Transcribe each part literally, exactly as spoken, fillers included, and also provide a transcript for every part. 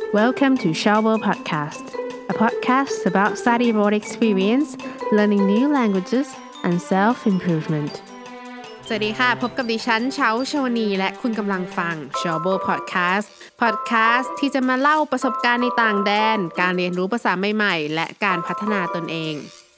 Welcome to Shower Podcast, a podcast about study abroad experience, learning new languages, and self-improvement. สวัสดีค่ะพบกับดิฉันเช้าชวนีและคุณกำลังฟัง Shower Podcast Podcast ที่จะมาเล่าประสบการณ์ในต่างแดนการเรียนรู้ภาษาใหม่ๆและการพัฒนาตนเอง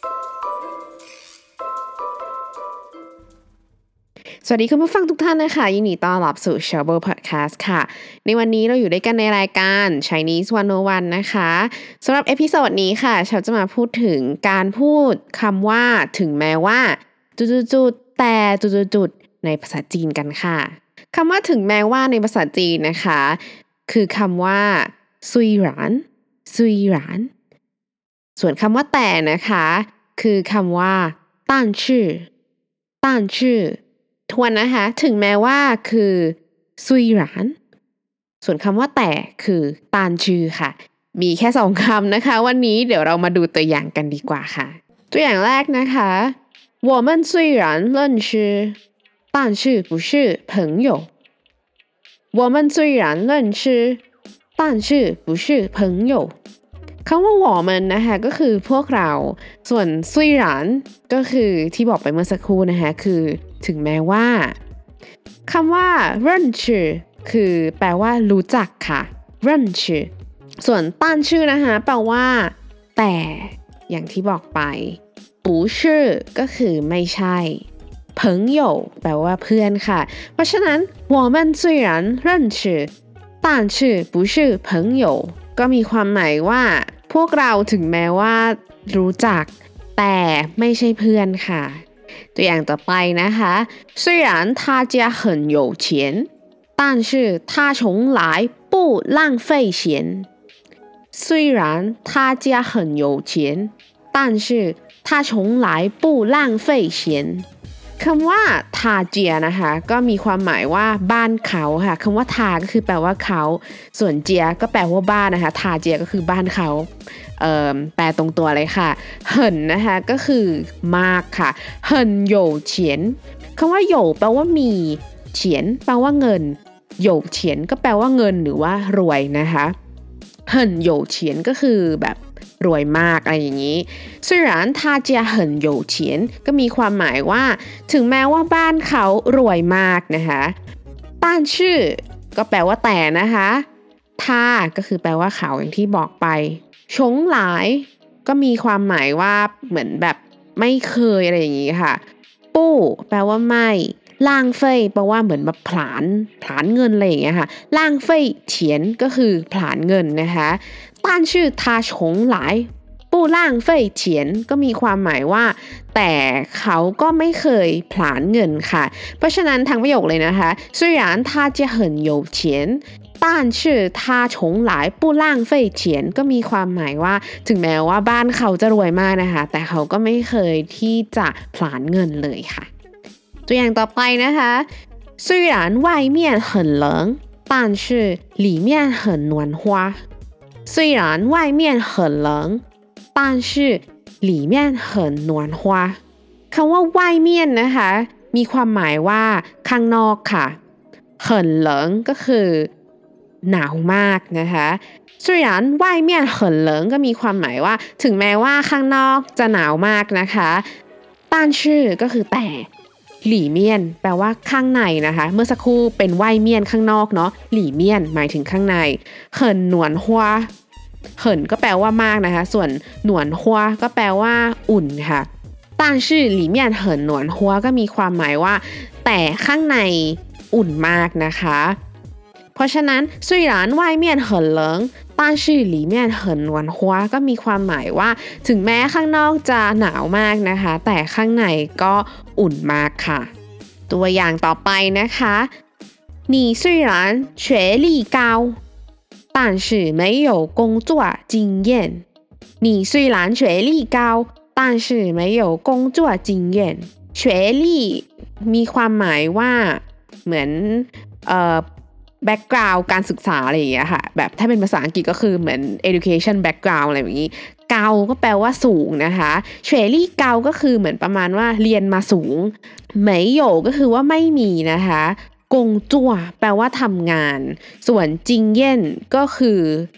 สวัสดีคุณผู้ฟังทุกท่านนะคะยินดีต้อนรับสู่ Shower Podcast ค่ะในวันนี้เราอยู่ด้วยกันในรายการ Chinese หนึ่งศูนย์หนึ่งนะคะสำหรับเอพิโซดนี้ค่ะฉันจะมาพูดถึงการพูดคำว่าถึงแม้ว่าจุดๆๆแต่จุดๆๆในภาษาจีนกันค่ะคำว่าถึงแม้ว่าในภาษาจีนนะคะคือคำว่าซุยหรานซุยหรานส่วนคำว่าแต่นะคะคือคำว่าต้านชื่อต้านชื่อทวนนะคะถึงแม้ว่าคือซุยหรานส่วนคำว่าแต่คือตานชื่อค่ะมีแค่สองคำนะคะวันนี้เดี๋ยวเรามาดูตัวอย่างกันดีกว่าค่ะตัวอย่างแรกนะคะ我们虽然认识但是不是朋友我们虽然认识但是不是朋友คำว่า我们นะคะก็คือพวกเราส่วน虽然ก็คือที่บอกไปเมื่อสักครู่นะคะคือถึงแม้ว่าคำว่า认识คือแปลว่ารู้จักค่ะ认识ส่วนต้านชื่อนะคะแปลว่าแต่อย่างที่บอกไป不是ก็คือไม่ใช่朋友แปลว่าเพื่อนค่ะเพราะฉะนั้น我们虽然认识但是不是朋友ก็มีความหมายว่าพวกเราถึงแม้ว่ารู้จักแต่ไม่ใช่เพื่อนค่ะตัวอย่างต่อไปนะคะ虽然他家很有钱但是他从来不浪费钱虽然他家很有钱但是他从来不浪费钱คำว่าทาเจียนะคะก็มีความหมายว่าบ้านเขาค่ะคำว่าทาก็คือแปลว่าเขาส่วนเจียก็แปลว่าบ้านนะคะทาเจียก็คือบ้านเขาเอ่อแปลตรงตัวเลยค่ะเหินนะคะก็คือมากค่ะเหินโหยวเฉียนคำว่าโหยวแปลว่ามีเฉียนแปลว่าเงินโหยวเฉียนก็แปลว่าเงินหรือว่ารวยนะคะเหินโหยวเฉียนก็คือแบบรวยมากอะไรอย่างนี้虽然他家很有钱ก็มีความหมายว่าถึงแม้ว่าบ้านเขารวยมากนะคะต้านชื่อก็แปลว่าแต่นะคะท่าก็คือแปลว่าเขาอย่างที่บอกไปชงหลายก็มีความหมายว่าเหมือนแบบไม่เคยอะไรอย่างนี้ค่ะปู้แปลว่าไม่ล่างเฟยแปลว่าเหมือนแบบผลาญผลาญเงินอะไรอย่างเงี้ยค่ะล่างเฟยเฉียนก็คือผลาญเงินนะคะต้านชื่อทาชงหลายปู้ล่างเฟยเฉียนก็มีความหมายว่าแต่เขาก็ไม่เคยผลาญเงินค่ะเพราะฉะนั้นทั้งประโยคเลยนะคะ虽然他家很有钱但是他从来不浪费钱ก็มีความหมายว่าถึงแม้ว่าบ้านเขาจะรวยมากนะคะแต่เขาก็ไม่เคยที่จะผลาญเงินเลยค่ะตัวอย่างต่อไปนะคะ虽然外面很冷但是里面很暖和虽然外面很冷但是里面很暖和คำว่า外面นะคะมีความหมายว่าข้างนอกค่ะ很冷ก็คือหนาวมากนะคะ虽然外面很冷ก็มีความหมายว่าถึงแม้ว่าข้างนอกจะหนาวมากนะคะ但是ก็คือแต่หลี่เมียนแปลว่าข้างในนะคะเมื่อสักครู่เป็นไว่เมียนข้างนอกเนาะหลี่เมียนหมายถึงข้างในเหินหนวนฮัวเหินก็แปลว่ามากนะคะส่วนหนวนฮัวก็แปลว่าอุ่นค่ะ但是里面很暖和ก็มีความหมายว่าแต่ข้างในอุ่นมากนะคะเพราะฉะนั้น虽然外面很冷但是里面很暖和ก็มีความหมายว่าถึงแม้ข้างนอกจะหนาวมากนะคะแต่ข้างในก็อุ่นมากค่ะตัวอย่างต่อไปนะคะ你虽然学历高但是没有工作经验你虽然学历高但是没有工作经验学历มีความหมายว่าเหมือนเอ่อbackground การศึกษาอะไรอย่างเงี้ยค่ะแบบถ้าเป็นภาษาอังกฤษก็คือเหมือน education background อะไรแบบนี้เกาก็แปลว่าสูงนะคะเฉลี่เกาก็คือเหมือนประมาณว่าเรียนมาสูงเหมยโยก็คือว่าไม่มีนะคะกงจั่วแปลว่าทำงานส่วนจิงเย่นก็คือ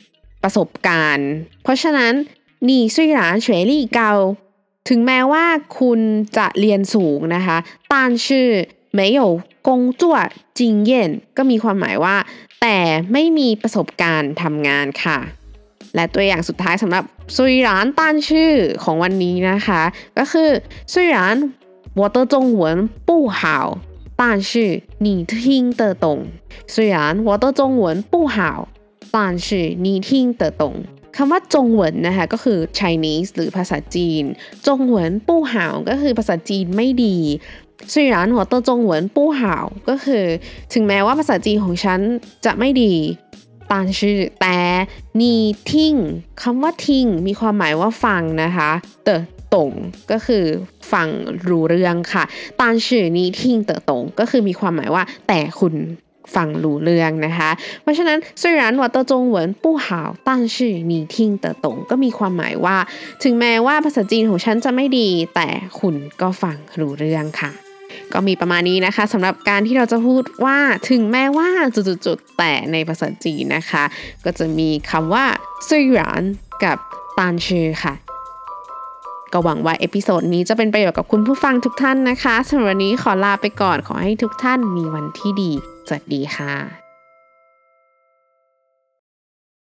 ประสบการณ์เพราะฉะนั้น你虽然学历高ถึงแม้ว่าคุณจะเรียนสูงนะคะ但是没有工作经验ก็มีความหมายว่าแต่ไม่มีประสบการณ์ทำงานค่ะและตัวอย่างสุดท้ายสำหรับ虽然但是ของวันนี้นะคะก็คือ虽然我的中文不好但是你听得懂虽然我的中文不好但是你听得懂คำว่าจงเหวินนะคะก็คือ Chinese หรือภาษาจีนจงเหวินปู้ห่าวก็คือภาษาจีนไม่ดี虽然我的中文不好ก็คือถึงแม้ว่าภาษาจีนของฉันจะไม่ดี但是แต่你听คำว่าทิ้งมีความหมายว่าฟังนะคะเตอตงก็คือฟังรู้เรื่องค่ะ但是你听得懂ก็คือมีความหมายว่าแต่คุณฟังรู้เรื่องนะคะเพราะฉะนั้น虽然我的中文不好但是你听得懂ก็มีความหมายว่าถึงแม้ว่าภาษาจีนของฉันจะไม่ดีแต่คุณก็ฟังรู้เรื่องค่ะก็มีประมาณนี้นะคะสำหรับการที่เราจะพูดว่าถึงแม้ว่าจุดๆๆแต่ในภาษาจีนนะคะก็จะมีคำว่า虽然กับ但是ค่ะก็หวังว่าเอพิโซดนี้จะเป็นประโยชน์กับคุณผู้ฟังทุกท่านนะคะสำหรับวันนี้ขอลาไปก่อนขอให้ทุกท่านมีวันที่ดีสวัสดีค่ะ